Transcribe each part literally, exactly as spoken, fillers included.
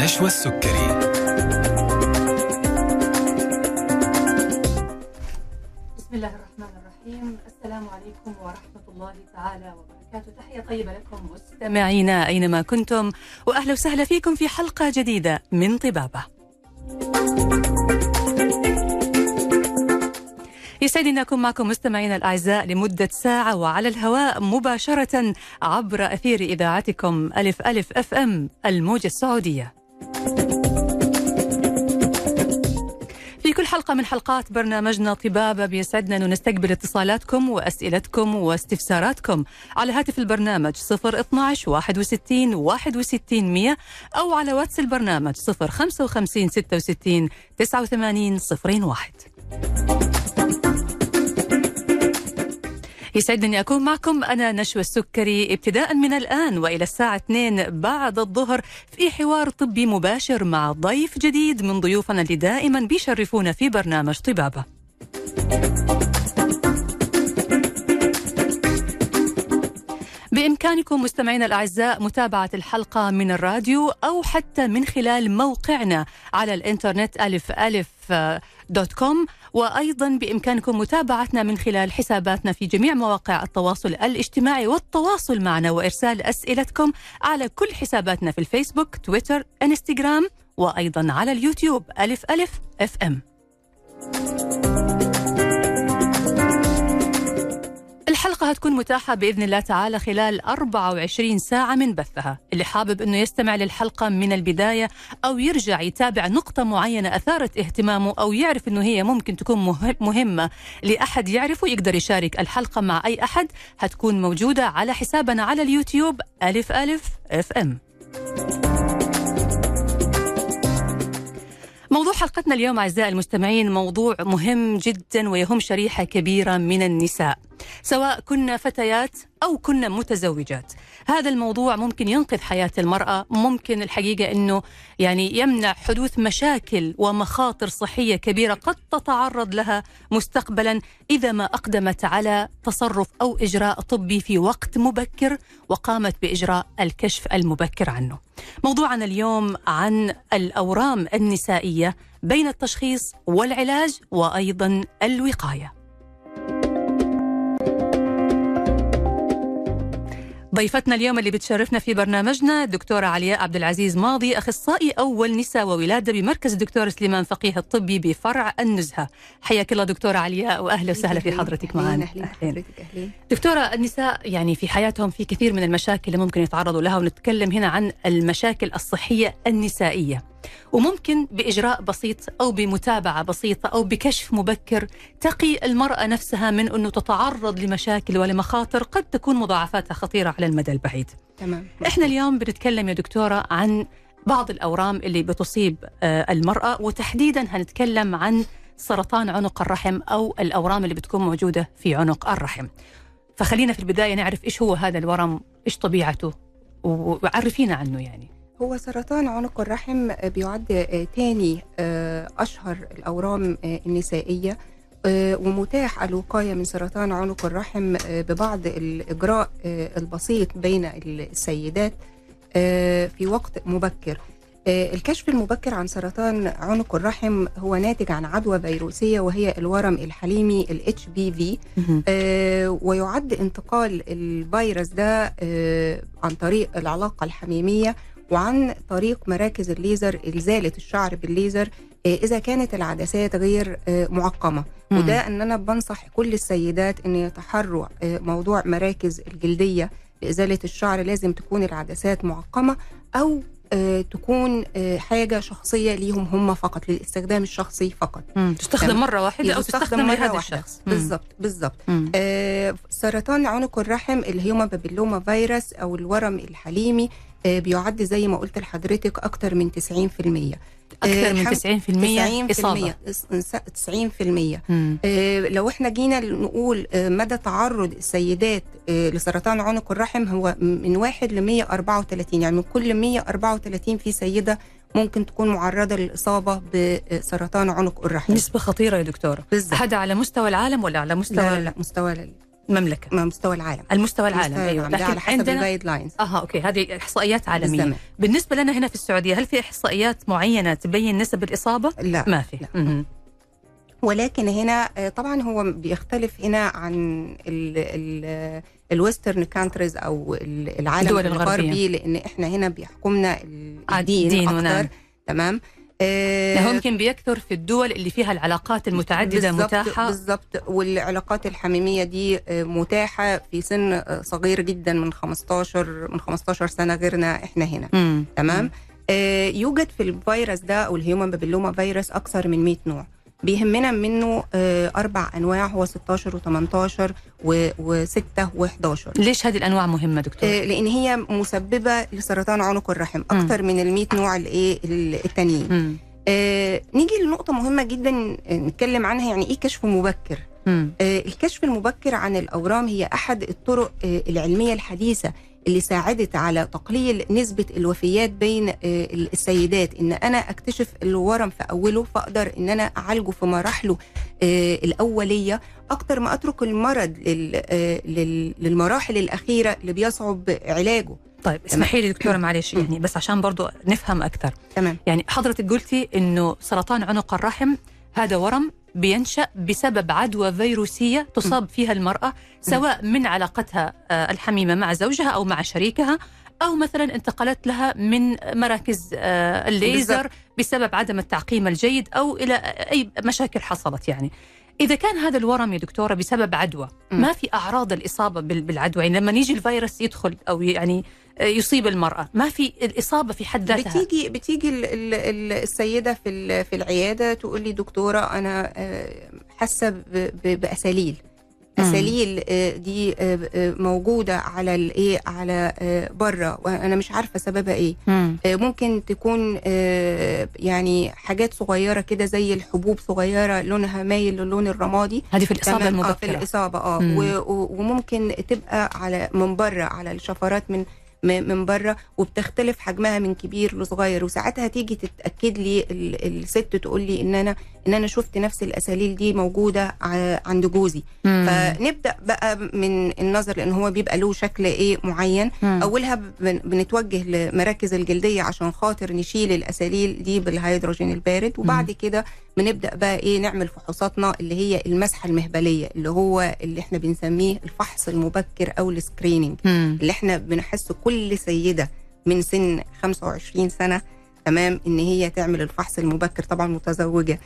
نشوى السكري. بسم الله الرحمن الرحيم. السلام عليكم ورحمة الله تعالى وبركاته. تحية طيبة لكم مستمعينا أينما كنتم، وأهلا وسهلا فيكم في حلقة جديدة من طبابة. يسعدني أن أكون معكم مستمعينا الأعزاء لمدة ساعة وعلى الهواء مباشرة عبر أثير إذاعتكم ألف ألف أف أم الموجة السعودية. في كل حلقة من حلقات برنامجنا طبابة بيسعدنا أن نستقبل اتصالاتكم وأسئلتكم واستفساراتكم على هاتف البرنامج صفر اثناعش واحد وستين واحد وستين مية أو على واتس البرنامج صفر خمسة وخمسين ستة وستين تسعة وثمانين صفرين واحد. يسعدني أن أكون معكم أنا نشوى السكري ابتداء من الآن وإلى الساعة اثنين بعد الظهر في حوار طبي مباشر مع ضيف جديد من ضيوفنا اللي دائما بيشرفونا في برنامج طبابة. بإمكانكم مستمعينا الأعزاء متابعة الحلقة من الراديو أو حتى من خلال موقعنا على الإنترنت ألف ألف دوت كوم، وأيضا بإمكانكم متابعتنا من خلال حساباتنا في جميع مواقع التواصل الاجتماعي والتواصل معنا وإرسال أسئلتكم على كل حساباتنا في الفيسبوك، تويتر، انستغرام، وأيضا على اليوتيوب ألف ألف أف أم. الحلقة هتكون متاحة بإذن الله تعالى خلال أربعة وعشرين ساعة من بثها. اللي حابب أنه يستمع للحلقة من البداية أو يرجع يتابع نقطة معينة أثارت اهتمامه أو يعرف أنه هي ممكن تكون مهمة لأحد يعرفه، يقدر يشارك الحلقة مع أي أحد. هتكون موجودة على حسابنا على اليوتيوب ألف ألف أف أم. موضوع حلقتنا اليوم أعزائي المستمعين موضوع مهم جدا ويهم شريحة كبيرة من النساء، سواء كنا فتيات أو كنا متزوجات. هذا الموضوع ممكن ينقذ حياة المرأة، ممكن الحقيقة أنه يعني يمنع حدوث مشاكل ومخاطر صحية كبيرة قد تتعرض لها مستقبلا إذا ما أقدمت على تصرف أو إجراء طبي في وقت مبكر وقامت بإجراء الكشف المبكر عنه. موضوعنا اليوم عن الأورام النسائية بين التشخيص والعلاج وأيضا الوقاية. ضيفتنا اليوم اللي بتشرفنا في برنامجنا الدكتورة علياء عبد العزيز ماضي، أخصائي أول نساء وولادة بمركز الدكتور سليمان فقيه الطبي بفرع النزهة. حياك الله دكتورة علياء وأهلا وسهلا في حضرتك معنا. أهلين. دكتورة، النساء يعني في حياتهم في كثير من المشاكل اللي ممكن يتعرضوا لها، ونتكلم هنا عن المشاكل الصحية النسائية، وممكن بإجراء بسيط أو بمتابعة بسيطة أو بكشف مبكر تقي المرأة نفسها من أنه تتعرض لمشاكل ولمخاطر قد تكون مضاعفاتها خطيرة على المدى البعيد. تمام. إحنا اليوم بنتكلم يا دكتورة عن بعض الأورام اللي بتصيب المرأة، وتحديدا هنتكلم عن سرطان عنق الرحم أو الأورام اللي بتكون موجودة في عنق الرحم. فخلينا في البداية نعرف إيش هو هذا الورم، إيش طبيعته، وعرفينا عنه. يعني هو سرطان عنق الرحم بيعد تاني أشهر الأورام النسائية، ومتاح الوقاية من سرطان عنق الرحم ببعض الإجراء البسيط بين السيدات في وقت مبكر. الكشف المبكر عن سرطان عنق الرحم هو ناتج عن عدوى فيروسية وهي الورم الحليمي ال إتش بي في، ويعد انتقال الفيروس ده عن طريق العلاقة الحميمية وعن طريق مراكز الليزر، إزالة الشعر بالليزر إذا كانت العدسات غير معقمة. مم. وده أن أنا بنصح كل السيدات أن يتحروا موضوع مراكز الجلدية لإزالة الشعر، لازم تكون العدسات معقمة أو تكون حاجة شخصية ليهم هم فقط، للاستخدام الشخصي فقط. مم. تستخدم مرة واحدة أو تستخدم لهذا الشخص. بالضبط بالضبط. آه سرطان عنق الرحم الهيوما بابيلوما فيروس أو الورم الحليمي آه بيعد زي ما قلت لحضرتك أكتر من تسعين في المية أكثر من تسعين في المية إصابة. تسعين في المية. آه لو احنا جينا نقول آه مدى تعرض السيدات آه لسرطان عنق الرحم هو من واحد لمية أربعة وثلاثين، يعني من كل مية أربعة وثلاثين في سيدة ممكن تكون معرضة للإصابة بسرطان عنق الرحم. نسبة خطيرة يا دكتورة. بالزبط. هذا على مستوى العالم ولا على مستوى؟ لا لا, لا مستوى المملكة، مستوى العالم، المستوى العالم أيوة. لكن على حسب الجايد لاينز. اها اوكي، هذه احصائيات عالميه. بالزمن. بالنسبه لنا هنا في السعوديه هل في احصائيات معينه تبين نسب الاصابه؟ لا ما في. لا. ولكن هنا طبعا هو بيختلف هنا عن الويسترن كانتريز او العالم الغربي، لان احنا هنا بيحكمنا الدين اكثر. تمام. آه ممكن بيكثر في الدول اللي فيها العلاقات المتعدده بالزبط متاحه. بالضبط، والعلاقات الحميميه دي متاحه في سن صغير جدا من خمستاشر من خمستاشر سنه غيرنا احنا هنا. مم. تمام. آه يوجد في الفيروس ده او الهيومن بابيلوما فيروس اكثر من مئة نوع، بيهمنا منه آه أربع أنواع، هو ستاشر وتمنتاشر وستة وحداشر. ليش هذه الأنواع مهمة دكتور؟ آه لأن هي مسببة لسرطان عنق الرحم أكثر من المئة نوع الإيه التانيين. آه نيجي لنقطة مهمة جدا نتكلم عنها، يعني إيه كشف مبكر؟ آه الكشف المبكر عن الأورام هي أحد الطرق آه العلمية الحديثة اللي ساعدت على تقليل نسبة الوفيات بين السيدات، إن أنا أكتشف الورم في أوله فأقدر إن أنا أعالجه في مراحله الأولية أكتر ما أترك المرض للمراحل الأخيرة اللي بيصعب علاجه. طيب اسمحي لي دكتورة معلش، يعني بس عشان برضو نفهم أكثر. تمام. يعني حضرتك قلتي إنه سرطان عنق الرحم هذا ورم بينشأ بسبب عدوى فيروسية تصاب فيها المرأة، سواء من علاقتها الحميمة مع زوجها أو مع شريكها، أو مثلا انتقلت لها من مراكز الليزر بالزبط. بسبب عدم التعقيم الجيد أو إلى أي مشاكل حصلت. يعني إذا كان هذا الورم يا دكتورة بسبب عدوى، ما في أعراض الإصابة بالعدوى، يعني لما يجي الفيروس يدخل أو يعني يصيب المرأة ما في الإصابة في حد ذاتها؟ بتيجي بتيجي السيدة في في العيادة تقول لي دكتورة أنا حاسة بأساليل أساليل دي موجودة على الإيه على بره وأنا مش عارفة سببها إيه. مم. ممكن تكون يعني حاجات صغيرة كده زي الحبوب صغيرة لونها مايل للون الرمادي. هذه في الإصابة المبكرة. آه في الإصابة آه وممكن تبقى على من بره على الشفرات من من بره، وبتختلف حجمها من كبير لصغير، وساعتها تيجي تتاكد لي الست تقول لي ان انا ان انا شفت نفس الاساليل دي موجوده عند جوزي. مم. فنبدا بقى من النظر، لان هو بيبقى له شكل ايه معين. مم. اولها بنتوجه لمراكز الجلديه عشان خاطر نشيل الاساليل دي بالهيدروجين البارد، وبعد كده بنبدا بقى ايه نعمل فحوصاتنا اللي هي المسحه المهبليه، اللي هو اللي احنا بنسميه الفحص المبكر او السكريننج، اللي احنا بنحس كل سيده من سن خمسة وعشرين سنه تمام ان هي تعمل الفحص المبكر، طبعا متزوجه.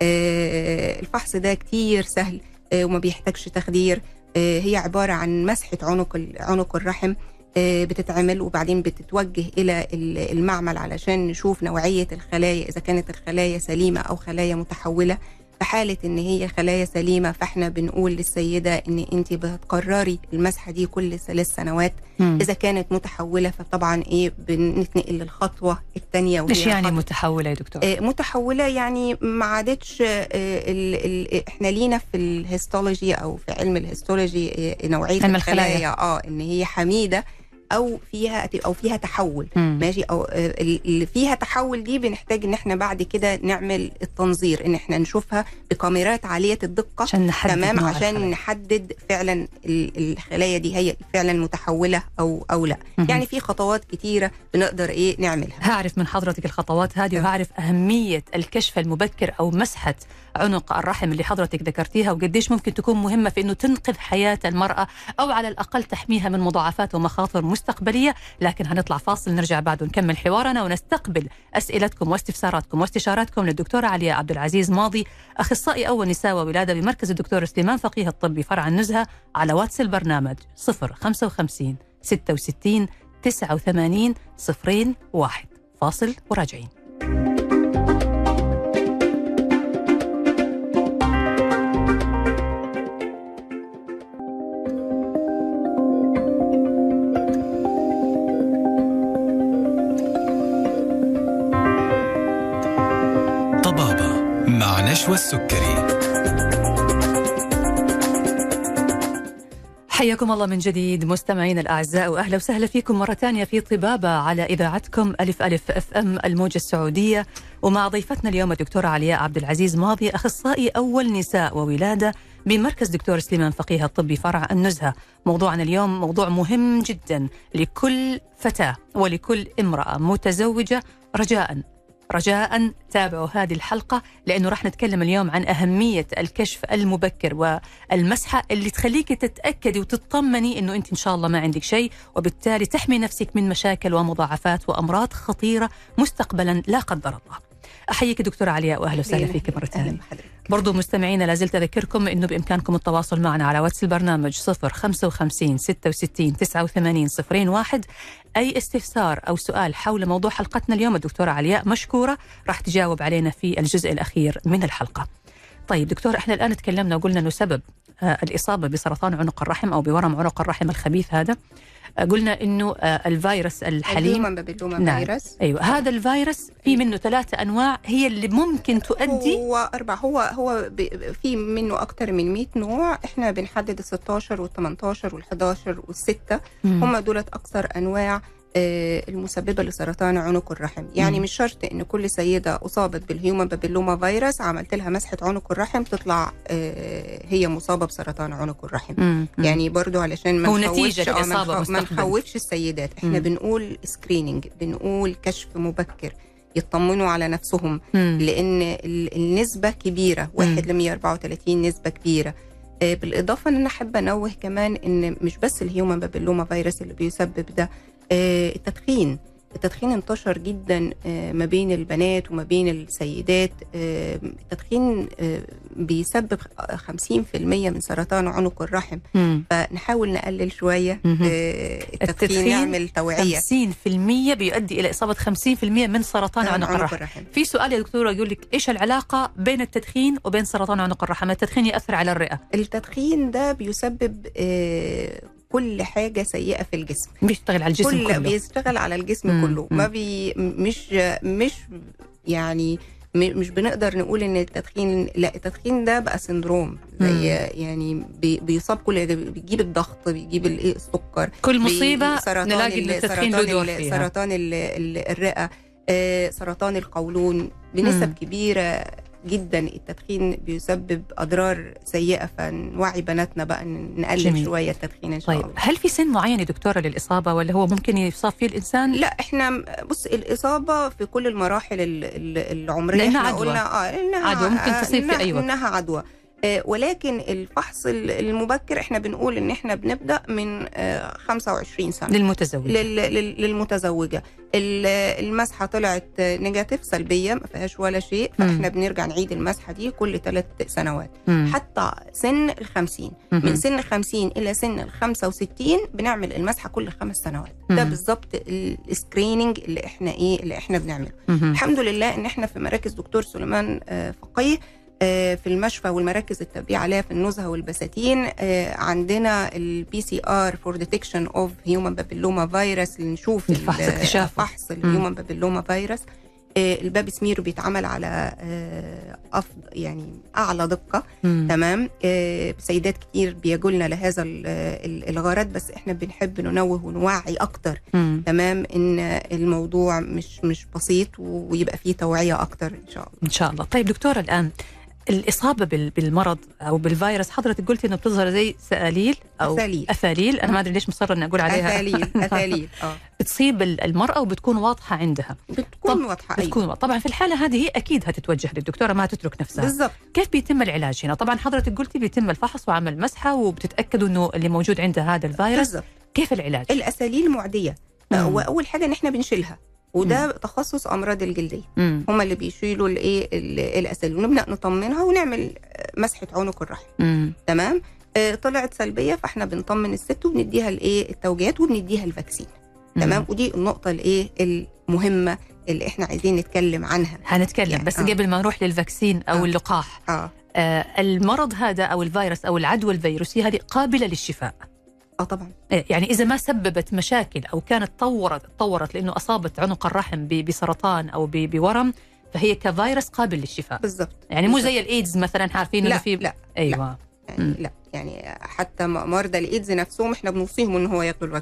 آه الفحص ده كتير سهل آه وما بيحتاجش تخدير. آه هي عباره عن مسحه عنق عنق الرحم آه بتتعمل، وبعدين بتتوجه الى المعمل علشان نشوف نوعيه الخلايا، اذا كانت الخلايا سليمه او خلايا متحوله. في حالة ان هي خلايا سليمة فاحنا بنقول للسيدة ان انت بتقرري المسحة دي كل ثلاث سنوات. مم. اذا كانت متحولة فطبعا ايه بنتنقل للخطوة الثانية. ايش يعني متحولة يا دكتور؟ آه متحولة يعني ما عادتش آه ال ال احنا لينا في الهيستولوجي او في علم الهيستولوجي آه نوعية الخلايا اه ان هي حميدة او فيها او فيها تحول. مم. ماشي. او اللي فيها تحول دي بنحتاج ان احنا بعد كده نعمل التنظير، ان احنا نشوفها بكاميرات عاليه الدقه عشان نحدد تمام عشان الخلايا. نحدد فعلا الخلايا دي هي فعلا متحوله او او لا. مم. يعني في خطوات كتيره بنقدر ايه نعملها. هعرف من حضرتك الخطوات هذه وهعرف اهميه الكشف المبكر او مسحه عنق الرحم اللي حضرتك ذكرتيها، وقديش ممكن تكون مهمه في انه تنقذ حياه المراه او على الاقل تحميها من مضاعفات ومخاطر مستقبليه. لكن هنطلع فاصل، نرجع بعد ونكمل حوارنا ونستقبل اسئلتكم واستفساراتكم واستشاراتكم للدكتورة علياء عبد العزيز ماضي، اخصائي اول نساء وولاده بمركز الدكتور سليمان فقيه الطبي فرع النزهه، على واتس البرنامج صفر خمسة وخمسين ستة وستين تسعة وثمانين صفرين واحد. فاصل وراجعين. مع نشوى السكري. حياكم الله من جديد مستمعين الأعزاء، وأهلا وسهلا فيكم مرة ثانية في طبابة على إذاعتكم ألف ألف أف أم الموجة السعودية، ومع ضيفتنا اليوم الدكتورة علياء عبد العزيز ماضي، أخصائي أول نساء وولادة بمركز دكتور سليمان فقيه الطبي فرع النزهة. موضوعنا اليوم موضوع مهم جدا لكل فتاة ولكل امرأة متزوجة. رجاء رجاء تابعوا هذه الحلقة، لأنه راح نتكلم اليوم عن أهمية الكشف المبكر والمسحة اللي تخليك تتأكدي وتطمني أنه أنت إن شاء الله ما عندك شيء، وبالتالي تحمي نفسك من مشاكل ومضاعفات وأمراض خطيرة مستقبلا لا قدر الله. أحييك دكتورة علياء وأهلا وسهلا فيك مرة ثانية. برضو مستمعينا لازلت أذكركم أنه بإمكانكم التواصل معنا على واتس البرنامج صفر خمسة وخمسين ستة وستين تسعة وثمانين صفرين واحد. أي استفسار أو سؤال حول موضوع حلقتنا اليوم الدكتورة علياء مشكورة راح تجاوب علينا في الجزء الأخير من الحلقة. طيب دكتور، احنا الآن تكلمنا وقلنا أنه سبب آه الإصابة بسرطان عنق الرحم أو بورم عنق الرحم الخبيث هذا، آه قلنا أنه آه الفيروس الحليم الهيومن بابيلوما نعم. فيروس. أيوة، هذا الفيروس في منه ثلاثة أنواع هي اللي ممكن تؤدي. هو أربع هو هو في منه أكتر من مئة نوع. إحنا بنحدد ال ستاشر وال تمنتاشر وال حداشر والستة، هم دولة أكثر أنواع المسببة لسرطان عنق الرحم. يعني مم. مش شرط ان كل سيدة اصابت بالهيومن بابيلوما فيروس عملت لها مسحة عنق الرحم تطلع هي مصابة بسرطان عنق الرحم. مم. يعني برضو علشان ما نخوفش ما نخوفش السيدات، احنا مم. بنقول سكرينينج، بنقول كشف مبكر يطمنوا على نفسهم. مم. لان النسبة كبيرة، واحد ل مئة وأربعة وثلاثين نسبة كبيرة. بالاضافة ان انا احب انوه كمان ان مش بس الهيومن بابيلوما فيروس اللي بيسبب ده، التدخين التدخين انتشر جدا ما بين البنات وما بين السيدات. التدخين بيسبب خمسين بالمئة من سرطان عنق الرحم. مم. فنحاول نقلل شوية التدخين, التدخين نعمل توعية. خمسين بالمئة بيؤدي إلى إصابة خمسين بالمئة من سرطان عنق, عنق الرحم. الرحم. في سؤال يا دكتورة يقول لك إيش العلاقة بين التدخين وبين سرطان عنق الرحم؟ التدخين يأثر على الرئة. التدخين ده بيسبب كل حاجة سيئة في الجسم، بيشتغل على الجسم كل كله بيشتغل على الجسم مم. كله. ما بي مش مش يعني مش بنقدر نقول ان التدخين، لا التدخين ده بقى سندروم زي يعني بي بيصاب كل، بيجيب الضغط، بيجيب الايه السكر، كل مصيبة نلاقي التدخين له دور فيها. سرطان الرئة، آه سرطان القولون بنسب مم. كبيرة جدا. التدخين بيسبب اضرار سيئه، فنوعي بناتنا بقى نقلل جميل. شويه التدخين ان شاء طيب. الله. هل في سن معين يا دكتوره للاصابه ولا هو ممكن يصاب فيه الانسان؟ لا احنا بص، الاصابه في كل المراحل العمريه احنا عدوى. قلنا اه انها عدوى ممكن تصيب في اي وقت، انها عدوى. آه ولكن الفحص المبكر احنا بنقول ان احنا بنبدا من آه خمسة وعشرين سنه للمتزوجه. للمتزوجه المسحه طلعت نيجاتيف سلبيه ما فيهاش ولا شيء، فاحنا م. بنرجع نعيد المسحه دي كل ثلاث سنوات م. حتى سن الخمسين. م. من سن الخمسين الى سن الخمسة وستين بنعمل المسحه كل خمس سنوات. م. ده بالظبط السكريننج اللي احنا ايه اللي احنا بنعمله. م. الحمد لله ان احنا في مراكز دكتور سليمان فقيه في المشفى والمراكز التابعة عليها في النزهة والبساتين عندنا البي سي ار فور ديتكشن اوف هيومن بابيلوما فيروس، نشوف الفحص اكتشاف فحص الهيومن بابيلوما فيروس. الباب سمير بيتعمل على أفضل يعني أعلى دقة. مم. تمام. سيدات كتير بيجولنا لهذا الغرض، بس احنا بنحب ننوه ونوعي أكتر. مم. تمام، إن الموضوع مش مش بسيط ويبقى فيه توعية أكتر إن شاء الله. إن شاء الله. طيب دكتورة، الآن الإصابة بالمرض أو بالفيروس حضرتك قلتي إنه بتظهر زي سآليل أو أثاليل, أثاليل. أنا ما أدري ليش مصرة إني أقول عليها أثاليل. أثاليل آه. بتصيب المرأة وبتكون واضحة عندها. بتكون واضحة. بتكون أيوة. طبعا في الحالة هذه هي أكيد هتتوجه للدكتورة، ما هتترك نفسها. بالضبط. كيف بيتم العلاج هنا؟ طبعا حضرتك قلتي بيتم الفحص وعمل مسحة وبتتأكدوا إنه اللي موجود عندها هذا الفيروس. بالضبط. كيف العلاج؟ الأثاليل معدية. وأول حاجة إن إحنا بنشيلها، وده مم. تخصص امراض الجلديه. مم. هم اللي بيشيلوا الايه الاسئله، ونبدا نطمنها ونعمل مسحه عنق الرحم. مم. تمام. آه طلعت سلبيه، فاحنا بنطمن الست وبنديها الايه التوجيهات وبنديها الفاكسين. تمام. ودي النقطه الايه المهمه اللي احنا عايزين نتكلم عنها. هنتكلم يعني. بس آه. قبل ما نروح للفاكسين او آه. اللقاح، آه. آه المرض هذا او الفيروس او العدوى الفيروسيه هذه قابله للشفاء؟ اه طبعا. يعني إذا ما سببت مشاكل أو كانت طورت طورت لأنه أصابت عنق الرحم بسرطان أو بورم، فهي كفيروس قابل للشفاء. بالضبط. يعني مو زي الإيدز مثلا، عارفين إنه في لا أيوة لا يعني, لا يعني حتى مرضى الإيدز نفسهم إحنا بنوصيهم إنه هو ياخدوا الفاكسين.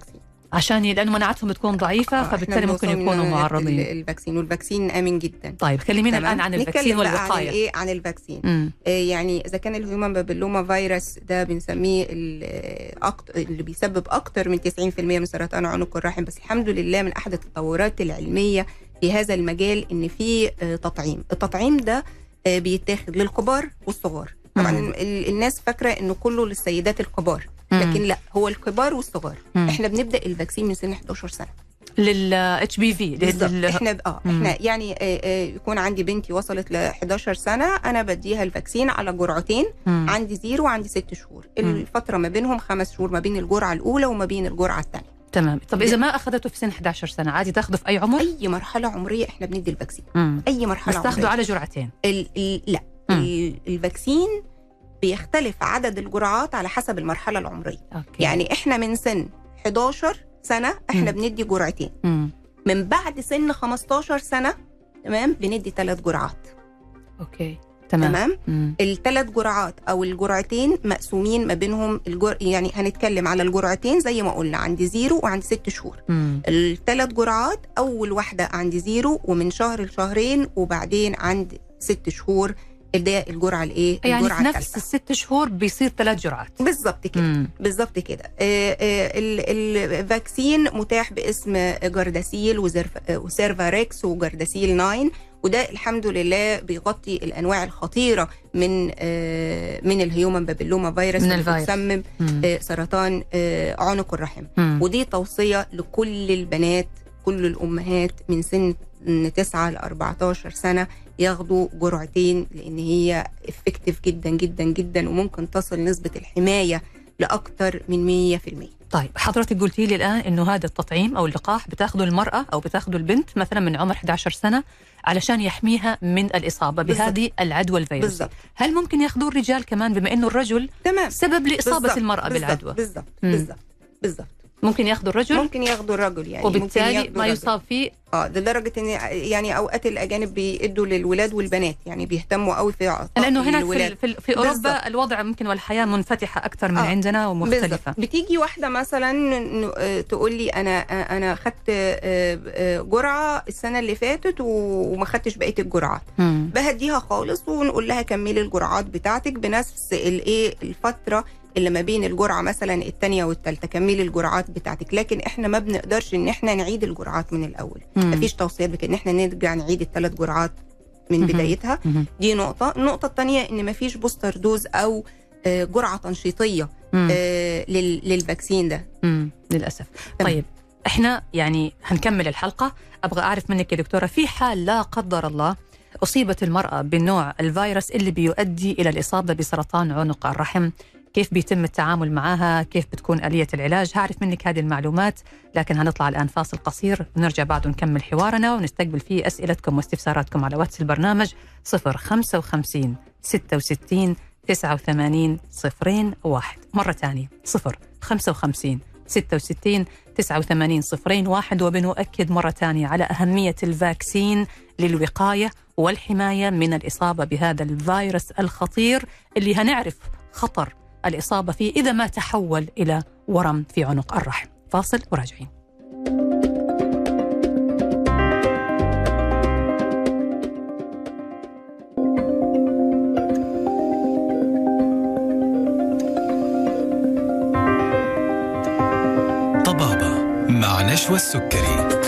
عشان لأنه مناعتهم تكون ضعيفة، فبالتالي ممكن يكونوا معرضين. الفاكسين والفاكسين آمن جدا. طيب كلمينا الآن عن الفاكسين والوقاية. عن إيه؟ عن الفاكسين. آه يعني إذا كان الهيومن بابيلوما فيروس ده بنسميه اللي بيسبب أكتر من تسعين بالمئة من سرطان عنق الرحم، بس الحمد لله من أحد التطورات العلمية في هذا المجال إن في آه تطعيم. التطعيم ده آه بيتاخد للكبار والصغار. طبعا مم. الناس فاكرة إنه كله للسيدات الكبار، لكن لا، هو الكبار والصغار. مم. احنا بنبدا الفاكسين من سن إحدى عشر سنة لل اتش بي في. لل... احنا اه مم. احنا يعني آه آه يكون عندي بنتي وصلت ل إحدى عشر سنة، انا بديها الفاكسين على جرعتين. مم. عندي زيرو وعندي ست شهور. مم. الفتره ما بينهم خمس شهور ما بين الجرعه الاولى وما بين الجرعه الثانيه. تمام. طب اذا ما اخذته في سن إحدى عشر سنة عادي تاخده في اي عمر؟ اي مرحله عمريه احنا بندي الفاكسين. مم. اي مرحله بس تاخده على جرعتين؟ ال... ال... لا ال... الفاكسين بيختلف عدد الجرعات على حسب المرحلة العمرية. أوكي. يعني إحنا من سن إحدى عشر سنة إحنا مم. بندي جرعتين. مم. من بعد سن خمستاشر سنة تمام بندي ثلاث جرعات. أوكي تمام. تمام. الثلاث جرعات أو الجرعتين مقسومين ما بينهم الجر... يعني هنتكلم على الجرعتين زي ما قلنا، عندي زيرو وعندي ست شهور. الثلاث جرعات أول واحدة عندي زيرو ومن شهر لشهرين، وبعدين عند ست شهور ده الجرعه الايه؟ يعني في نفس الست شهور بيصير ثلاث جرعات بالظبط كده. بالظبط كده. الفاكسين متاح باسم جارداسيل وسيرفاريكس وجارداسيل تسعة، وده الحمد لله بيغطي الانواع الخطيره من من الهيومن بابيلوما فيروس اللي بتسبب سرطان عنق الرحم. مم. ودي توصيه لكل البنات، كل الامهات من سن من تسعة لأربعتاشر سنة ياخدوا جرعتين، لأن هي افكتيف جدا جدا جدا، وممكن تصل نسبة الحماية لأكثر من مية بالمية. طيب حضرتك قلتي لي الآن إنه هذا التطعيم أو اللقاح بتاخده المرأة أو بتاخده البنت مثلا من عمر إحدى عشر سنة علشان يحميها من الإصابة بهذه بالزبط. العدوى الفيروسية. بالزبط. هل ممكن ياخدوه الرجال كمان بما إنه الرجل تمام. سبب لإصابة بالزبط. المرأة بالزبط. بالعدوى؟ بالضبط بالضبط بالضبط. ممكن ياخدوا الرجل؟ ممكن ياخدوا الرجل يعني، وبالتالي ما يصاب فيه. اه لدرجه ان يعني اوقات الاجانب بيدوا للولاد والبنات، يعني بيهتموا قوي في لانه هنا في, في, في اوروبا بالزبط. الوضع ممكن والحياه منفتحه اكثر من آه. عندنا ومختلفه. بالزبط. بتيجي واحده مثلا تقول لي انا انا خدت جرعه السنه اللي فاتت وما خدتش بقيه الجرعات، بهديها خالص ونقول لها كملي الجرعات بتاعتك بنفس الايه الفتره اللي ما بين الجرعه مثلا الثانيه والثالثه، كملي الجرعات بتاعتك. لكن احنا ما بنقدرش ان احنا نعيد الجرعات من الاول، مفيش توصيات بك ان احنا نرجع نعيد الثلاث جرعات من بدايتها. دي نقطه. النقطه الثانيه ان مفيش بوستر دوز او جرعه تنشيطيه للفاكسين ده للاسف. طيب احنا يعني هنكمل الحلقه، ابغى اعرف منك يا دكتوره، في حال لا قدر الله اصيبت المراه بالنوع الفيروس اللي بيؤدي الى الاصابه بسرطان عنق الرحم، كيف بيتم التعامل معها؟ كيف بتكون آلية العلاج؟ هعرف منك هذه المعلومات، لكن هنطلع الآن فاصل قصير ونرجع بعد ونكمل حوارنا ونستقبل فيه أسئلتكم واستفساراتكم على واتس البرنامج صفر خمسة وخمسين ستة وستين تسعة وثمانين صفرين واحد. مرة ثانية صفر خمسة وخمسين ستة وستين تسعة وثمانين صفرين واحد. وبنؤكد مرة ثانية على أهمية الفاكسين للوقاية والحماية من الإصابة بهذا الفيروس الخطير اللي هنعرف خطر الإصابة فيه إذا ما تحول إلى ورم في عنق الرحم. فاصل وراجعين. طبابة مع نشوى السكري.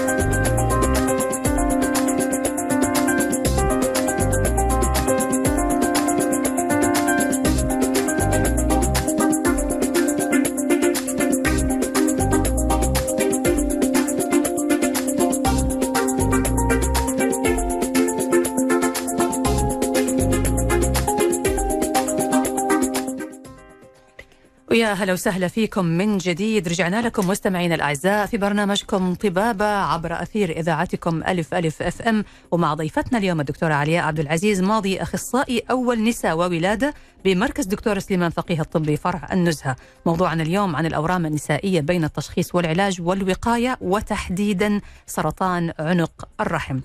ويا هلا وسهلا فيكم من جديد. رجعنا لكم مستمعين الأعزاء في برنامجكم طبابة عبر أثير إذاعتكم ألف ألف أف أم، ومع ضيفتنا اليوم الدكتورة علياء عبد العزيز ماضي، أخصائي أول نساء وولادة بمركز دكتور سليمان فقيه الطبي فرع النزهة. موضوعنا اليوم عن الأورام النسائية بين التشخيص والعلاج والوقاية، وتحديدا سرطان عنق الرحم.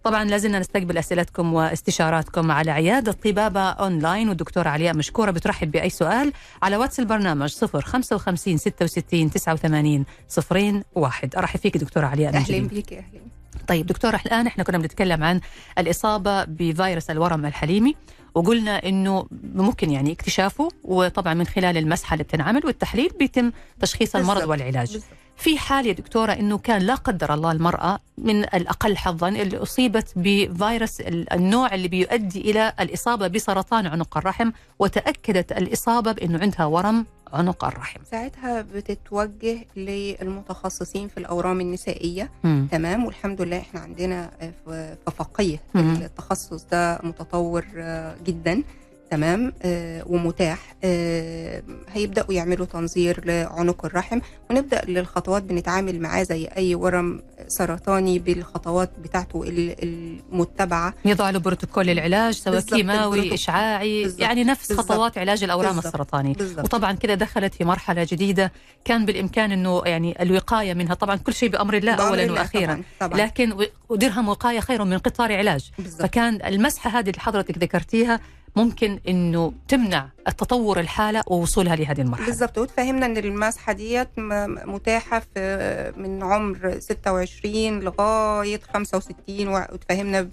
طبعا لازلنا نستقبل أسئلتكم واستشاراتكم على عيادة طبابة أونلاين، والدكتورة علياء مشكورة بترحب بأي سؤال على واتس البرنامج صفر خمسة وخمسين ستة وستين تسعة وثمانين صفرين واحد. أرحب فيك دكتورة علياء. أهلا بيك. أهلا. طيب دكتورة، الآن إحنا كنا بنتكلم عن الإصابة بفيروس الورم الحليمي، وقلنا إنه ممكن يعني اكتشافه، وطبعا من خلال المسحة اللي بتنعمل والتحليل بيتم تشخيص المرض والعلاج. بالزبط. في حال يا دكتورة إنه كان لا قدر الله المرأة من الأقل حظا اللي أصيبت بفيروس النوع اللي بيؤدي إلى الإصابة بسرطان عنق الرحم، وتأكدت الإصابة بإنه عندها ورم عنق الرحم، ساعتها بتتوجه للمتخصصين في الأورام النسائية. م. تمام. والحمد لله إحنا عندنا فقيه التخصص ده متطور جدا. تمام. آه ومتاح. آه هيبدأوا يعملوا تنظير لعنق الرحم، ونبدأ للخطوات بنتعامل معاه زي أي ورم سرطاني بالخطوات بتاعته المتبعة. يضع له بروتوكول العلاج سواء كيماوي إشعاعي، بالزبط. يعني نفس بالزبط. خطوات علاج الأورام بالزبط. السرطانية بالزبط. وطبعا كده دخلت في مرحلة جديدة كان بالإمكان أنه يعني الوقاية منها، طبعا كل شيء بأمر الله بأمر أولا الله وأخيرا طبعاً. طبعاً. لكن ودرهم وقاية خير من قطار علاج بالزبط. فكان المسحة هذه اللي حضرتك ذكرتيها ممكن انه تمنع التطور الحاله ووصولها لهذه المرحله. بالضبط. وتفهمنا ان المسحه ديت متاحه في من عمر ستة وعشرين لغايه خمسة وستين، وتفهمنا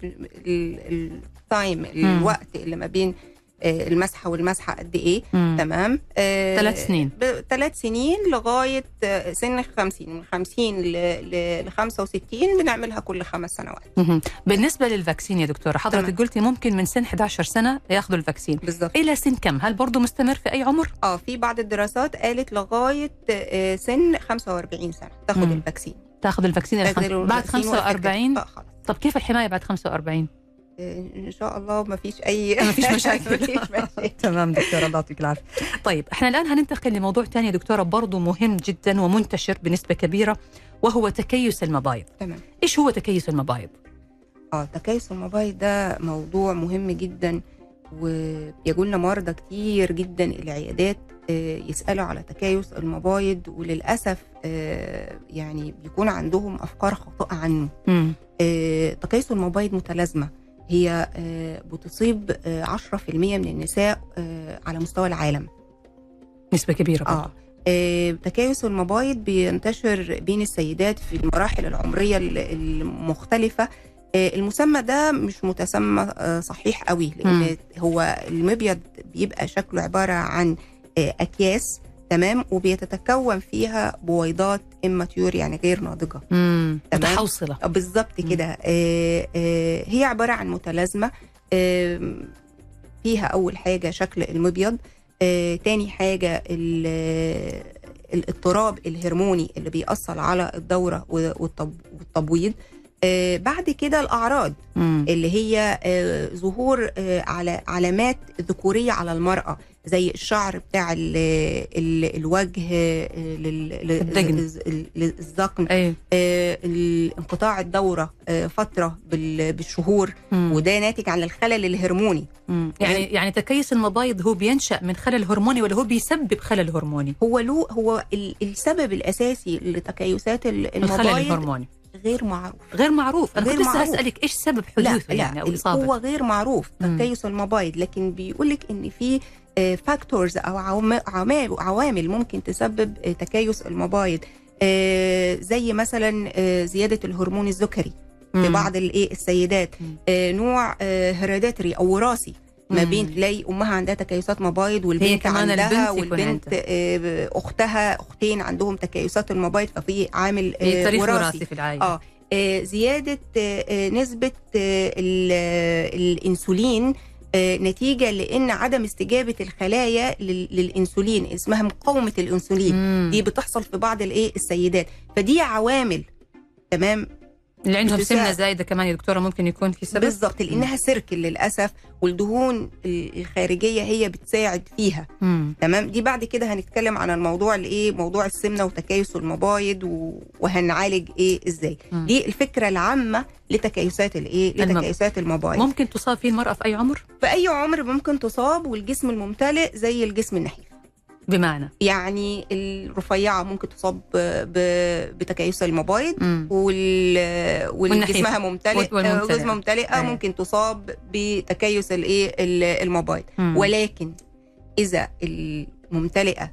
التايم الوقت اللي ما بين المسحه والمسحه قد ايه. مم. تمام. ثلاث سنين ثلاث سنين لغايه سن خمسين، من خمسين ل خمسة وستين بنعملها كل خمس سنوات. مم. بالنسبه للفاكسين يا دكتوره، حضرتك قلتي ممكن من سن إحدى عشرة سنه ياخذوا الفاكسين. بالضبط. الى سن كم؟ هل برضه مستمر في اي عمر؟ اه في بعض الدراسات قالت لغايه سن خمسة وأربعين سنه تاخذ الفاكسين. تاخذ الفاكسين بعد خمسة وأربعين. آه خلاص. طب كيف الحمايه بعد خمسة وأربعين؟ ان شاء الله ما فيش اي ما فيش مشاكل. تمام دكتوره، الله يعطيك العافيه. طيب احنا الان هننتقل لموضوع ثاني يا دكتوره برضه مهم جدا ومنتشر بنسبه كبيره، وهو تكيس المبايض. تمام. ايش هو تكيس المبايض؟ اه تكيس المبايض ده موضوع مهم جدا، ويجوا لنا مرضى كتير جدا العيادات يسالوا على تكيس المبايض، وللاسف يعني بيكون عندهم افكار خاطئه عنه. م. تكيس المبايض متلازمه، هي بتصيب عشرة في المية من النساء على مستوى العالم، نسبة كبيرة. آه. آه تكيس المبايض بينتشر بين السيدات في المراحل العمرية المختلفة. آه المسمى ده مش متسمى آه صحيح قوي، لأن م. هو المبيض بيبقى شكله عبارة عن آه أكياس. تمام. وبيتكون فيها بويضات إماتيور يعني غير ناضجة، متحوصلة. بالضبط كده. آه آه هي عبارة عن متلازمة. آه فيها أول حاجة شكل المبيض، آه تاني حاجة الاضطراب الهرموني اللي بيأثر على الدورة والتبويض. آه بعد كده الأعراض مم. اللي هي آه ظهور آه على علامات ذكورية على المرأة، زي الشعر بتاع ال ال الوجه، الذقن، أيه. آه انقطاع الدورة آه فترة بالشهور، مم. وده ناتج عن الخلل الهرموني. مم. يعني يعني تكيس المبايض هو بينشأ من خلل هرموني ولا هو بيسبب خلل هرموني؟ هو له هو السبب الأساسي لتكيسات المبايض الخلل الهرموني غير معروف. غير معروف. أنا غير كنت لسه هسألك إيش سبب حدوثه يعني أو إصابته؟ هو غير معروف تكيس المبايض، لكن بيقولك إن في فاكتورز أو عوامل عوامل ممكن تسبب تكيس المبايض، زي مثلا زيادة الهرمون الذكري في بعض الإيه السيدات، نوع هيريديتري أو وراثي، ما بين تلاقي امها عندها تكيسات مبايض والبنت عندها، والبنت آه اختها اختين عندهم تكيسات المبايض، ففي عامل آه وراثي في العائله. اه, آه زياده آه نسبه آه الانسولين آه نتيجه لان عدم استجابه الخلايا للانسولين، اسمها مقاومه الانسولين. مم. دي بتحصل في بعض الايه السيدات، فدي عوامل. تمام. اللي عندهم سمنه زايده كمان يا دكتوره ممكن يكون في سبب. بالضبط، لانها سيركل للاسف، والدهون الخارجيه هي بتساعد فيها. مم. تمام. دي بعد كده هنتكلم عن الموضوع الايه موضوع السمنه وتكيس المبايض وهنعالج ايه ازاي. مم. دي الفكره العامه لتكيسات الايه لتكيسات المبايض. ممكن تصاب فيه المراه في اي عمر؟ في اي عمر ممكن تصاب، والجسم الممتلئ زي الجسم النحيف. بمعنى يعني الرفيعه ممكن تصاب ب- بتكيس المبايض، وال والجسمها ممتلئ جسمها ممتلئه ممكن تصاب بتكيس الايه المبايض. ولكن اذا الممتلئه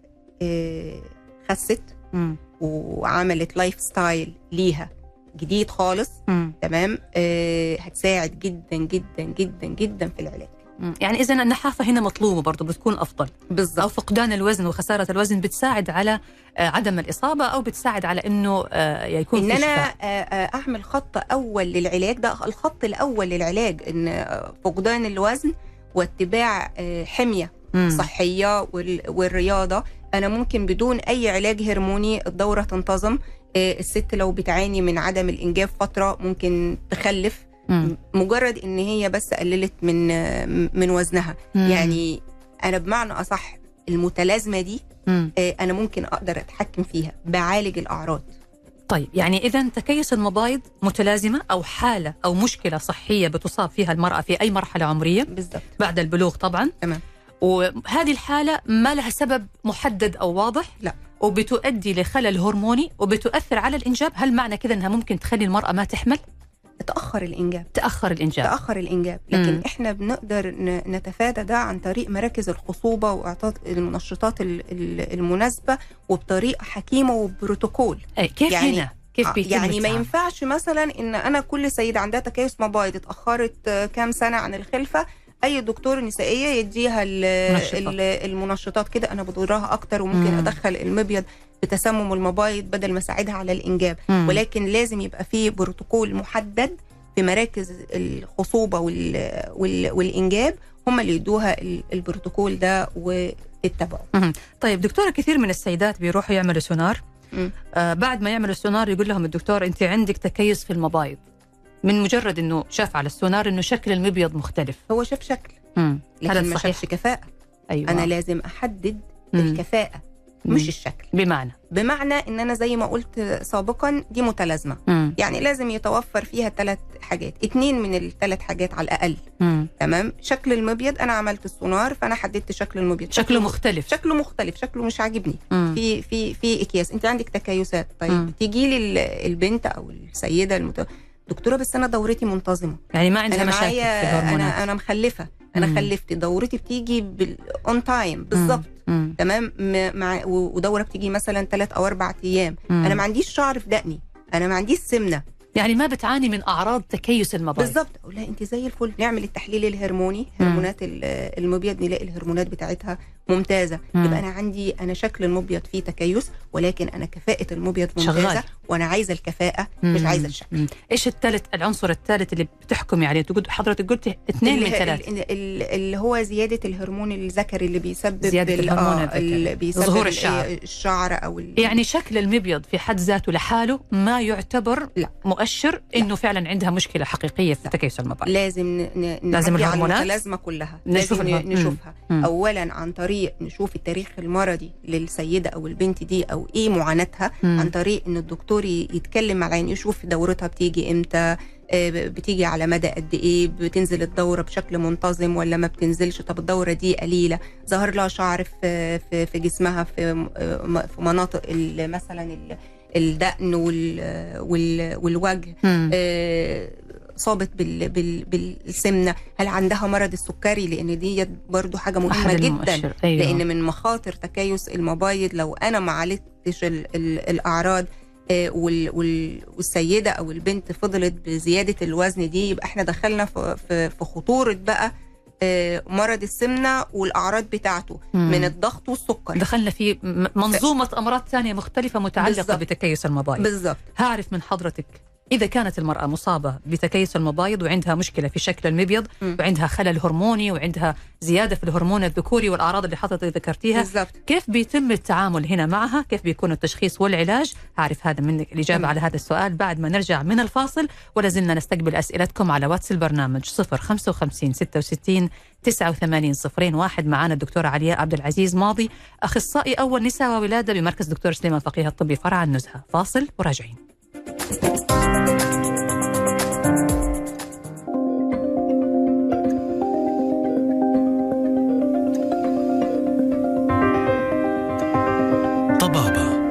آه، خست مم. وعملت لايف ستايل ليها جديد خالص، مم. تمام، آه، هتساعد جدا جدا جدا جدا في العلاج. مم. يعني إذن النحافة هنا مطلوبة برضو، بتكون أفضل. بالضبط. أو فقدان الوزن وخسارة الوزن بتساعد على آه، عدم الإصابة، أو بتساعد على إنه آه، يكون إن في أنا شفاء. آه، آه، أعمل خط أول للعلاج. ده الخط الأول للعلاج، إن آه، فقدان الوزن واتباع آه، حمية مم. صحية وال- والرياضة. أنا ممكن بدون أي علاج هرموني الدورة تنتظم. آه، الست لو بتعاني من عدم الإنجاب فترة ممكن تخلف، مم. مجرد ان هي بس قللت من من وزنها. مم. يعني انا بمعنى اصح المتلازمه دي مم. آه، انا ممكن اقدر اتحكم فيها، بعالج الاعراض. طيب، يعني إذا تكيس المبايض متلازمة أو حالة أو مشكلة صحية بتصاب فيها المرأة في أي مرحلة عمرية بالضبط. بعد البلوغ طبعا. تمام. وهذه الحالة ما لها سبب محدد أو واضح، لا، وبتؤدي لخلل هرموني وبتؤثر على الإنجاب. هل معنى كذا أنها ممكن تخلي المرأة ما تحمل؟ تاخر الانجاب. تأخر الإنجاب. تاخر الانجاب لكن مم. احنا بنقدر ن- نتفادى ده عن طريق مراكز الخصوبه واعطاء المنشطات ال- ال- المناسبه، وبطريقه حكيمه وبروتوكول. أي كيف يعني هنا؟ كيف بيتم يعني ما التعامل؟ ينفعش مثلا ان انا كل سيده عندها تكيس مبايض اتاخرت آه، كام سنه عن الخلفه، اي دكتور نسائيه يديها ال- منشطات. ال- المنشطات. كده انا بضرها اكتر، وممكن مم. ادخل المبيض بتسمم المبايض بدل ما اساعدها على الانجاب. مم. ولكن لازم يبقى فيه بروتوكول محدد في مراكز الخصوبه وال وال والانجاب، هم اللي يدوها ال- البروتوكول ده واتبعوا. مم. طيب دكتورة، كثير من السيدات بيروحوا يعملوا سونار. مم. آه بعد ما يعملوا السونار يقول لهم الدكتور أنت عندك تكيس في المبايض، من مجرد أنه شاف على السونار أنه شكل المبيض مختلف. هو شاف شكل مم. هذا لكن ما صحيح. شافش كفاءه. أيوة. انا لازم احدد مم. الكفاءه مم. مش الشكل. بمعنى بمعنى ان انا زي ما قلت سابقا دي متلازمه، مم. يعني لازم يتوفر فيها ثلاث حاجات، اتنين من الثلاث حاجات على الاقل. مم. تمام. شكل المبيض، انا عملت السونار فانا حددت شكل المبيض، شكله مختلف. شكله مختلف، شكله مش عاجبني. مم. في في في اكياس، انت عندك تكيسات. طيب مم. تيجي لي ال- البنت او السيده المت... دكتوره بس انا دورتي منتظمه، يعني ما عندها انا مشاكل في معايا، الهرمونات. انا انا مخلفه، انا مم. خلفت، دورتي بتيجي اون تايم بالظبط. مم. تمام. م- مع و- ودوره بتيجي مثلا ثلاث او اربع ايام. مم. انا ما عنديش شعر في دقني، انا ما عنديش سمنه. يعني ما بتعاني من أعراض تكيس المبايض. بالظبط. اقول لها انت زي الفل، نعمل التحليل الهرموني، هرمونات ال- المبيض، نلاقي الهرمونات بتاعتها ممتازه. مم. يبقى انا عندي انا شكل المبيض فيه تكيس، ولكن انا كفاءه المبيض ممتازه شغال. وانا عايزه الكفاءه مش مم. عايزه الشكل. مم. ايش الثالث العنصر الثالث اللي بتحكمي عليه؟ تقول حضرتك قلت اثنين من اللي- ثلاث. ال- ال- اللي هو زياده الهرمون الذكري اللي بيسبب زيادة ال- الهرمون آه، الذكري. اللي بيسبب ظهور ال- الشعر. الشعر او ال- يعني شكل المبيض في حد ذاته لحاله ما يعتبر لا. مؤشر انه فعلا عندها مشكله حقيقيه في تكيس المبايض. لازم ن- ن- لازم نعدي على الهرمونات؟ المتلازمه كلها، نشوف لازم الهر- ن- نشوفها. مم. اولا عن طريق نشوف التاريخ المرضي للسيده او البنت دي او ايه معاناتها، مم. عن طريق ان الدكتور ي- يتكلم مع العين، يشوف دورتها بتيجي امتى، آه، بتيجي على مدى قد ايه، بتنزل الدوره بشكل منتظم ولا ما بتنزلش، طب الدوره دي قليله، ظهر لها شعر في في في جسمها في م- آه، في مناطق ال- مثلا ال- الدقن وال- وال- والوجه، مم. آه، صابت بال بال بالسمنه، هل عندها مرض السكري، لان دي برضو حاجه مهمه أحد جدا. المؤشر. أيوة. لان من مخاطر تكيس المبايض لو انا ما عالجتش ال- ال- الاعراض، آه، وال- وال- والسيده او البنت فضلت بزياده الوزن دي، يبقى احنا دخلنا في في في خطوره بقى آه، مرض السمنه والاعراض بتاعته مم. من الضغط والسكر. دخلنا في م- منظومه امراض ثانيه مختلفه متعلقه بالزبط. بتكيس المبايض. بالظبط. هعرف من حضرتك إذا كانت المرأة مصابة بتكيس المبايض وعندها مشكلة في شكل المبيض م. وعندها خلل هرموني وعندها زيادة في الهرمون الذكوري والأعراض اللي حضرتك ذكرتيها، بالظبط. كيف بيتم التعامل هنا معها؟ كيف بيكون التشخيص والعلاج؟ هعرف هذا منك الإجابة م. على هذا السؤال بعد ما نرجع من الفاصل. ولازلنا نستقبل أسئلتكم على واتس البرنامج صفر خمسة وخمسين ستة وستين تسعة وثمانين صفرين واحد. معنا الدكتورة علياء عبد العزيز ماضي، أخصائي أول نساء وولادة بمركز دكتور سليمان فقيه الطبي فرع النزهة. فاصل وراجعين.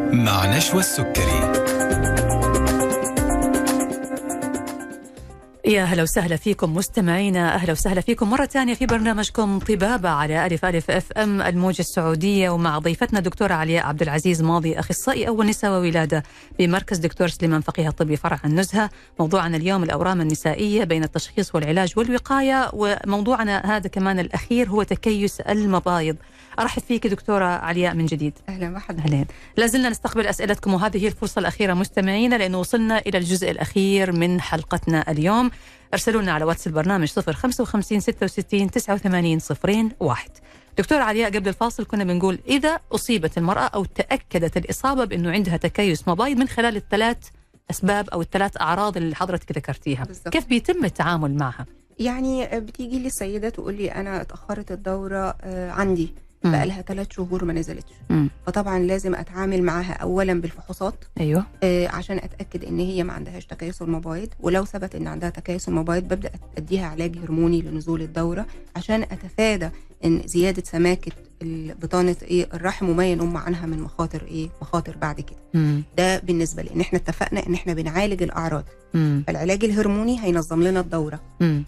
مع نشوى السكري. يا أهلا وسهلا فيكم مستمعينا، أهلا وسهلا فيكم مرة ثانية في برنامجكم طبابة على ألف ألف أف أم الموجة السعودية، ومع ضيفتنا دكتورة علياء عبد العزيز ماضي، أخصائي أول نساء وولادة بمركز دكتور سليمان فقيه الطبي فرع النزهة. موضوعنا اليوم الأورام النسائية بين التشخيص والعلاج والوقاية، وموضوعنا هذا كمان الأخير هو تكيس المبايض. أرحب فيك دكتورة علياء من جديد. أهلا وحد. أهلين. لازلنا نستقبل أسئلتكم، وهذه هي الفرصة الأخيرة مستمعينا، لأنه وصلنا إلى الجزء الأخير من حلقتنا اليوم. ارسلوا لنا على واتس البرنامج صفر خمسة وخمسين ستة وستين تسعة وثمانين صفرين واحد. دكتور علياء، قبل الفاصل كنا بنقول إذا أصيبت المرأة أو تأكدت الإصابة بأنه عندها تكيس مبايض من خلال الثلاث أسباب أو الثلاث أعراض اللي حضرتك ذكرتيها، بالزبط. كيف بيتم التعامل معها؟ يعني بتيجي لي السيدة تقول لي أنا اتأخرت الدورة عندي بقى لها ثلاث شهور ما نزلتش، مم. فطبعا لازم اتعامل معاها اولا بالفحوصات، ايوه آه عشان اتاكد ان هي ما عندهاش تكيس المبايض، ولو ثبت ان عندها تكيس المبايض ببدا اديها علاج هرموني لنزول الدوره عشان اتفادى ان زياده سماكه بطانه ايه الرحم وما ينم عنها من مخاطر ايه مخاطر بعد كده. مم. ده بالنسبه لان احنا اتفقنا ان احنا بنعالج الاعراض. مم. فالعلاج الهرموني هينظم لنا الدوره. آه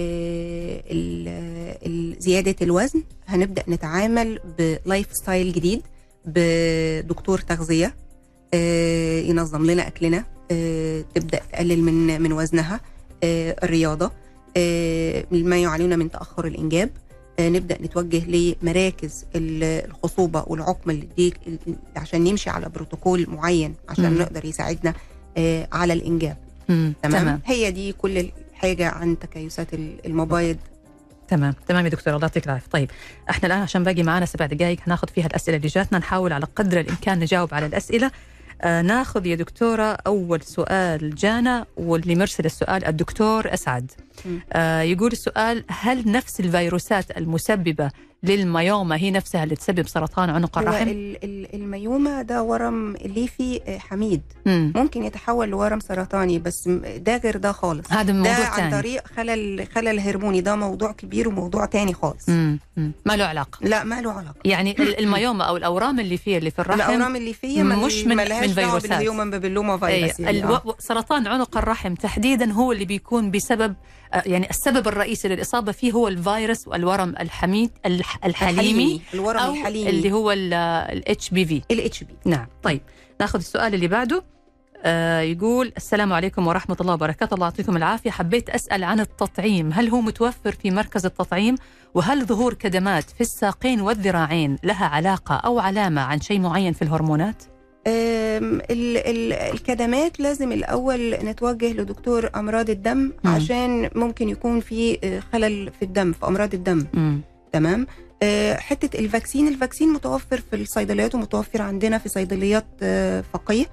زياده الوزن هنبدا نتعامل بلايف ستايل جديد، بدكتور تغذيه آه ينظم لنا اكلنا، آه تبدا تقلل من من وزنها، آه الرياضه، آه ما يعانون من تاخر الانجاب، آه نبدا نتوجه لمراكز الخصوبه والعقم اللي دي عشان نمشي على بروتوكول معين عشان مم. نقدر يساعدنا آه على الانجاب. تمام؟ تمام. هي دي كل حاجه عن تكيسات المبايض. تمام تمام يا دكتور، الله يعطيك العافيه. طيب احنا الان عشان باقي معنا سبع دقائق هناخذ فيها الاسئله اللي جاتنا، نحاول على قدر الامكان نجاوب على الاسئله. آه ناخذ يا دكتوره اول سؤال جانا، واللي مرسل السؤال الدكتور اسعد. آه يقول السؤال: هل نفس الفيروسات المسببه للميوما هي نفسها اللي تسبب سرطان عنق الرحم؟ الميوما ده ورم ليفي حميد، مم. ممكن يتحول لورم سرطاني، بس ده غير ده خالص. هذا موضوع ده تاني. عن طريق خلل خلل هرموني، ده موضوع كبير وموضوع تاني خالص. مم. مم. ما له علاقه. لا ما له علاقه. يعني الميوما او الاورام الليفيه اللي في الرحم، الاورام الليفيه مش من, من فيروسات. الهيومن بابيلوما فيروس. يعني الو... سرطان عنق الرحم تحديدا هو اللي بيكون بسبب، يعني السبب الرئيسي للإصابة فيه هو الفيروس والورم الحميد الحليمي، الورم أو الحليمي اللي هو ال إتش بي في. ال إتش بي. نعم. طيب ناخذ السؤال اللي بعده. آه يقول: السلام عليكم ورحمة الله وبركاته، الله يعطيكم العافية. حبيت أسأل عن التطعيم، هل هو متوفر في مركز التطعيم؟ وهل ظهور كدمات في الساقين والذراعين لها علاقة أو علامة عن شيء معين في الهرمونات؟ ال ال الكدمات لازم الأول نتوجه لدكتور أمراض الدم، م. عشان ممكن يكون في خلل في الدم، في أمراض الدم. م. تمام. أه حتة الفاكسين، الفاكسين متوفر في الصيدليات ومتوفر عندنا في صيدليات أه فقيه،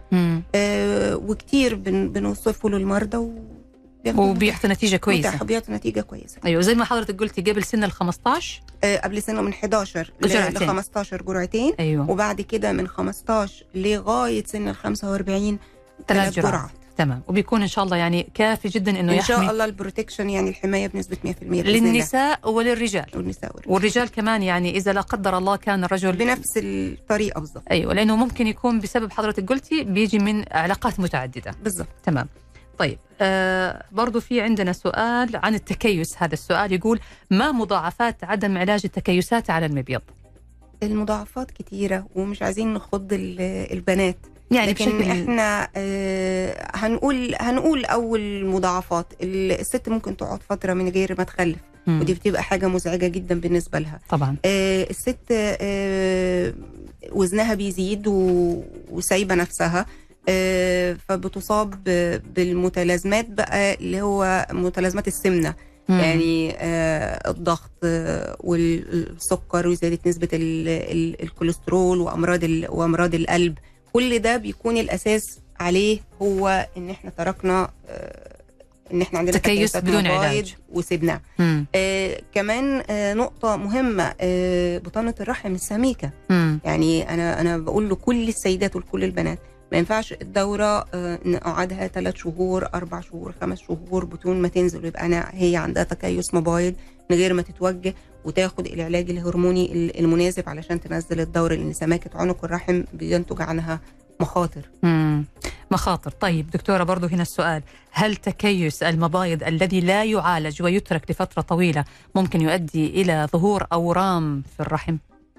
أه وكتير بن بنوصفه للمرضى و وبيعطي نتيجة كويسة. بيعطي نتيجة كويسة. أيوة زي ما حضرتك قلتي قبل سن ال خمستاشر، أه قبل سنه من حداشر ل خمستاشر جرعتين. أيوة. وبعد كده من خمستاشر لغاية سن ال خمسة وأربعين ثلاث جرعات. تمام. وبيكون إن شاء الله يعني كافي جدا إنه إن يحمي شاء الله البروتكشن، يعني الحماية بنسبة مية بالمية للنساء وللرجال. والنساء والرجال. والرجال كمان، يعني إذا لا قدر الله كان الرجل بنفس الطريقة بالضبط. أيوة، لأنه ممكن يكون بسبب حضرتك قلتي بيجي من علاقات متعددة. بالضبط. تمام. طيب آه برضو في عندنا سؤال عن التكيس. هذا السؤال يقول: ما مضاعفات عدم علاج التكيسات على المبيض؟ المضاعفات كتيرة ومش عايزين نخض البنات، يعني لكن بشكل... احنا آه هنقول هنقول اول مضاعفات: الست ممكن تقعد فترة من غير ما تخلف، مم. ودي بتبقى حاجة مزعجة جدا بالنسبة لها. طبعا. آه الست آه وزنها بيزيد وسايبة نفسها، آه فبتصاب بالمتلازمات بقى اللي هو متلازمات السمنة، مم. يعني آه الضغط آه والسكر وزيادة نسبة ال ال الكوليسترول وأمراض وأمراض القلب. كل ده بيكون الأساس عليه هو إن إحنا تركنا آه إن إحنا عندنا تكيس بدون علاج وسيبناه. آه كمان آه نقطة مهمة، آه بطانة الرحم السميكة. مم. يعني أنا أنا بقول لكل السيدات ولكل البنات ما ينفعش الدورة نقعدها ثلاث شهور أربع شهور خمس شهور بطون ما تنزل ويبقى أنا هي عندها تكيس مبايض من غير ما تتوجه وتاخد العلاج الهرموني المناسب علشان تنزل الدورة، لأن سماكة عنق الرحم بينتج عنها مخاطر. مم. مخاطر. طيب دكتورة، برضو هنا السؤال، هل تكيس المبايض الذي لا يعالج ويترك لفترة طويلة ممكن يؤدي إلى ظهور أورام في الرحم؟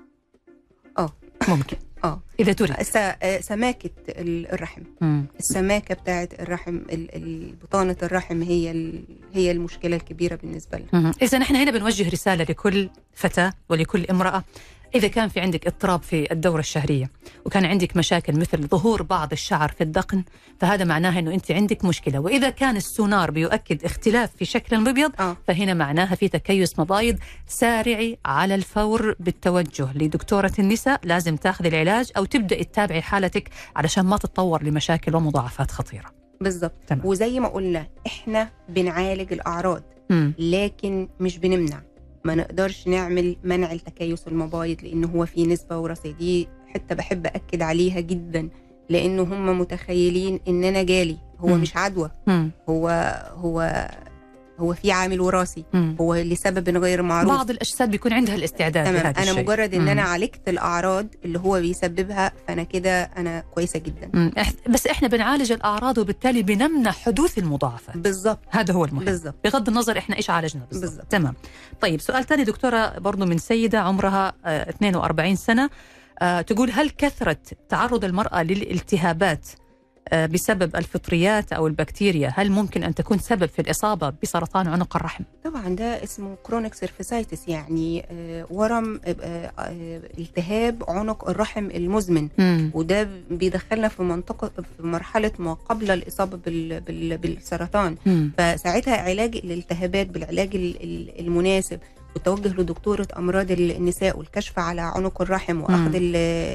اه ممكن. اه إذا ترك س- سماكة الرحم، مم. السماكة بتاعة الرحم، ال- ال- بطانة الرحم هي ال- هي المشكلة الكبيرة بالنسبة لنا. إذا نحن هنا بنوجه رسالة لكل فتاة ولكل امرأة، إذا كان في عندك اضطراب في الدورة الشهرية وكان عندك مشاكل مثل ظهور بعض الشعر في الذقن، فهذا معناها أنه أنت عندك مشكلة. وإذا كان السونار بيؤكد اختلاف في شكل المبيض آه. فهنا معناها في تكيس مبايض. سارعي على الفور بالتوجه لدكتورة النساء، لازم تاخذ العلاج أو تبدأ تتابعي حالتك علشان ما تتطور لمشاكل ومضاعفات خطيرة. بالضبط. تمام. وزي ما قلنا إحنا بنعالج الأعراض مم. لكن مش بنمنع. ما نقدرش نعمل منع التكيس المبايض لأنه هو في نسبة وراثية. دي حتى بحب أكد عليها جدا، لأنه هم متخيلين إن أنا جالي هو مم. مش عدوى، مم. هو هو هو في عامل وراثي، مم. هو لسبب غير معروف. بعض الأجساد بيكون عندها الاستعداد تمام. لهذا أنا الشيء. مجرد إن مم. أنا عالجت الأعراض اللي هو بيسببها فأنا كده أنا كويسة جدا. مم. إح- بس إحنا بنعالج الأعراض وبالتالي بنمنع حدوث المضاعفات. بالضبط. هذا هو المهم. بالضبط. بغض النظر إحنا إيش عالجنا بالضبط. بالضبط. تمام. طيب سؤال ثاني دكتورة، برضو من سيدة عمرها آه اثنين وأربعين سنة، آه تقول هل كثرة تعرض المرأة للالتهابات آه بسبب الفطريات أو البكتيريا هل ممكن أن تكون سبب في الإصابة بسرطان عنق الرحم؟ طبعا ده اسمه كرونيك سيرفيسايتس، يعني آه، ورم آه، آه، التهاب عنق الرحم المزمن. مم. وده بيدخلنا في منطقة في مرحلة ما قبل الإصابة بال- بال- بالسرطان. مم. فساعتها علاج الالتهابات بالعلاج ال- ال- المناسب والتوجه لدكتورة أمراض النساء والكشف على عنق الرحم وأخذ ال-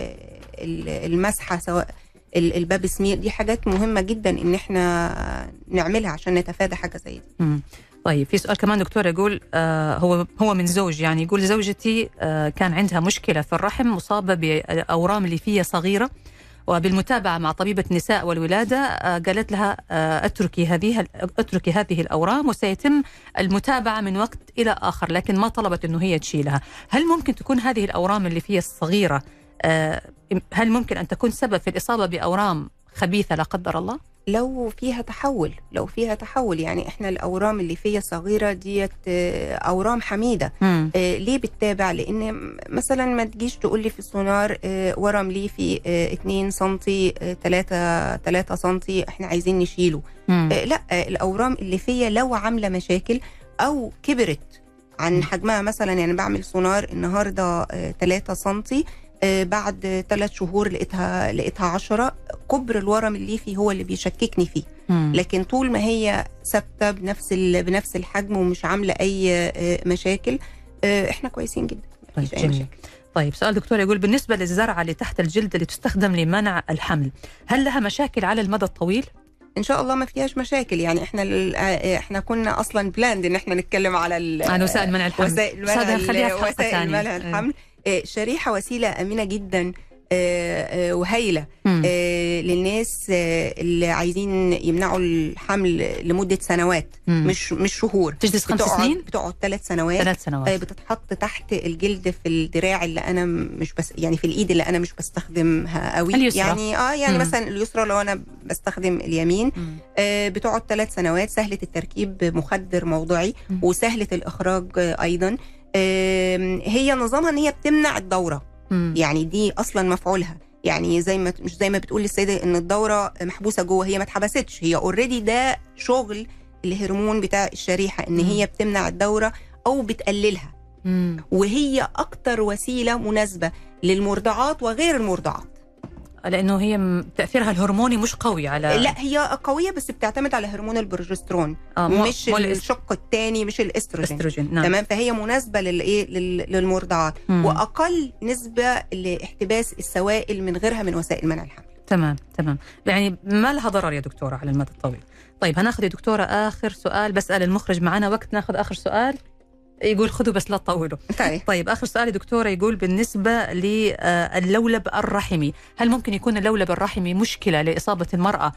ال- المسحة سواء ال- الباب سمير، دي حاجات مهمة جدا إن احنا نعملها عشان نتفادى حاجة زي دي. مم. طيب في سؤال كمان دكتور يقول آه هو هو من زوج، يعني يقول زوجتي آه كان عندها مشكلة في الرحم، مصابة بأورام ليفية صغيرة، وبالمتابعة مع طبيبة النساء والولادة آه قالت لها آه اتركي هذه اتركي هذه الأورام وسيتم المتابعة من وقت إلى آخر، لكن ما طلبت إنه هي تشيلها. هل ممكن تكون هذه الأورام الليفية الصغيرة آه هل ممكن أن تكون سبب في الإصابة بأورام خبيثة لا قدر الله؟ لو فيها تحول لو فيها تحول يعني احنا الاورام اللي فيها صغيره ديت آه، اورام حميده. مم. آه، ليه بتتابع؟ لان مثلا ما تجيش تقول لي في السونار آه، ورم ليفي آه، اتنين سنتي ثلاثة سنتي احنا عايزين نشيله. مم. آه، لا آه، الاورام اللي فيها لو عامله مشاكل او كبرت عن حجمها، مثلا يعني بعمل سونار النهارده آه، ثلاثة سنتي، آه، بعد ثلاث شهور لقيتها لقيتها عشرة. كبر الورم الليفي هو اللي بيشككني فيه. مم. لكن طول ما هي ثابته بنفس ال- بنفس الحجم ومش عامله اي آه، مشاكل، آه، احنا كويسين جدا. طيب مفيش أي جميل. مشاكل. طيب سؤال دكتور يقول بالنسبة للزرعة اللي تحت الجلد اللي تستخدم لمنع الحمل، هل لها مشاكل على المدى الطويل؟ ان شاء الله ما فيهاش مشاكل. يعني احنا ال- آه، احنا كنا اصلا بلاند ان احنا نتكلم على ال- عن وسائل منع الحمل. وسائل بس هذا منع خليها في حلقة وسائل ثانية. منع الحمل. آه، شريحه وسيله امنه جدا آه، آه، وهايله مم. آه، للناس آه، اللي عايزين يمنعوا الحمل لمده سنوات، مم. مش مش شهور. تجلس خمس بتقعد- سنين؟ بتقعد ثلاث سنوات. ثلاث سنوات. آه، بتتحط تحت الجلد في الدراع اللي انا مش بس يعني في الايد اللي انا مش بستخدمها قوي. اليسرى. يعني اه يعني مم. مثلا اليسرى لو انا بستخدم اليمين. مم. آه، بتقعد ثلاث سنوات، سهله التركيب، مخدر موضعي مم. وسهله الاخراج آه، ايضا. آه، هي نظامها ان هي بتمنع الدوره، مم. يعني دي اصلا مفعولها. يعني زي ما مش زي ما بتقول السيده ان الدوره محبوسه جوه، هي ما اتحبستش، هي اوريدي ده شغل الهرمون بتاع الشريحه ان مم. هي بتمنع الدوره او بتقللها. مم. وهي اكتر وسيله مناسبه للمرضعات وغير المرضعات. لأنه هي م- تأثيرها الهرموني مش قوي على لا هي قويه بس بتعتمد على هرمون البروجسترون، آه مو- مش مو الإس- الشق الثاني، مش الاستروجين. الاستروجين. نعم. تمام. فهي مناسبه للايه لل- للمرضعات، مم. واقل نسبه لاحتباس السوائل من غيرها من وسائل منع الحمل. تمام تمام، يعني ما لها ضرر يا دكتورة على المدى الطويل. طيب هناخذ يا دكتورة آخر سؤال، بسأل المخرج معنا وقت ناخذ آخر سؤال، يقول خذوا بس لا تطولوا. طيب. طيب آخر سؤال يا دكتورة يقول بالنسبة للولب الرحمي، هل ممكن يكون اللولب الرحمي مشكلة لإصابة المرأة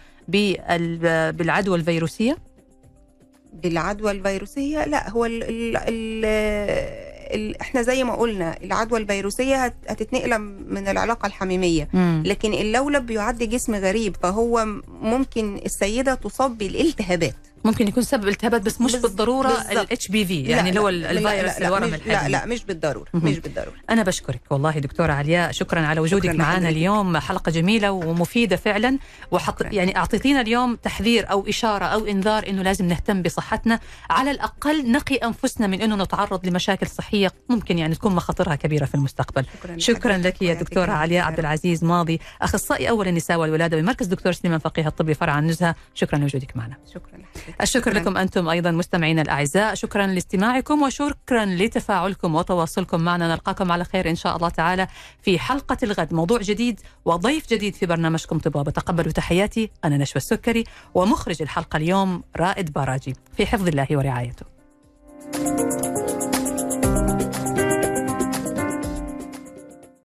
بال- بالعدوى الفيروسية؟ بالعدوى الفيروسيه لا، هو ال ال ال ال احنا زي ما قلنا العدوى الفيروسيه هت هتتنقل من العلاقه الحميميه، مم. لكن اللولب بيعد جسم غريب، فهو ممكن السيده تصاب بالالتهابات. ممكن يكون سبب التهابات بس مش بز... بالضروره الاتش بي في، يعني اللي هو الفيروس الورم الحميمي. لا لا مش بالضروره، مش بالضروره. انا بشكرك والله دكتوره علياء، شكرا على وجودك معنا اليوم، حلقه جميله ومفيده فعلا، وحط يعني اعطيتينا اليوم تحذير او اشاره او انذار انه لازم نهتم بصحتنا، على الاقل نقي انفسنا من انه نتعرض لمشاكل صحيه ممكن يعني تكون مخاطرها كبيره في المستقبل. شكرا, شكرا لك يا دكتوره علياء عبد العزيز ماضي، اخصائي اول النساء والولاده بمركز دكتور سليمان فقيه الطبي فرع النزهه، شكرا لوجودك معنا. شكرا لك. الشكر لكم أنتم أيضا مستمعينا الأعزاء، شكرا لاستماعكم وشكرا لتفاعلكم وتواصلكم معنا. نلقاكم على خير إن شاء الله تعالى في حلقة الغد، موضوع جديد وضيف جديد في برنامجكم طبابة. تقبلوا تحياتي، أنا نشوى السكري، ومخرج الحلقة اليوم رائد باراجي، في حفظ الله ورعايته.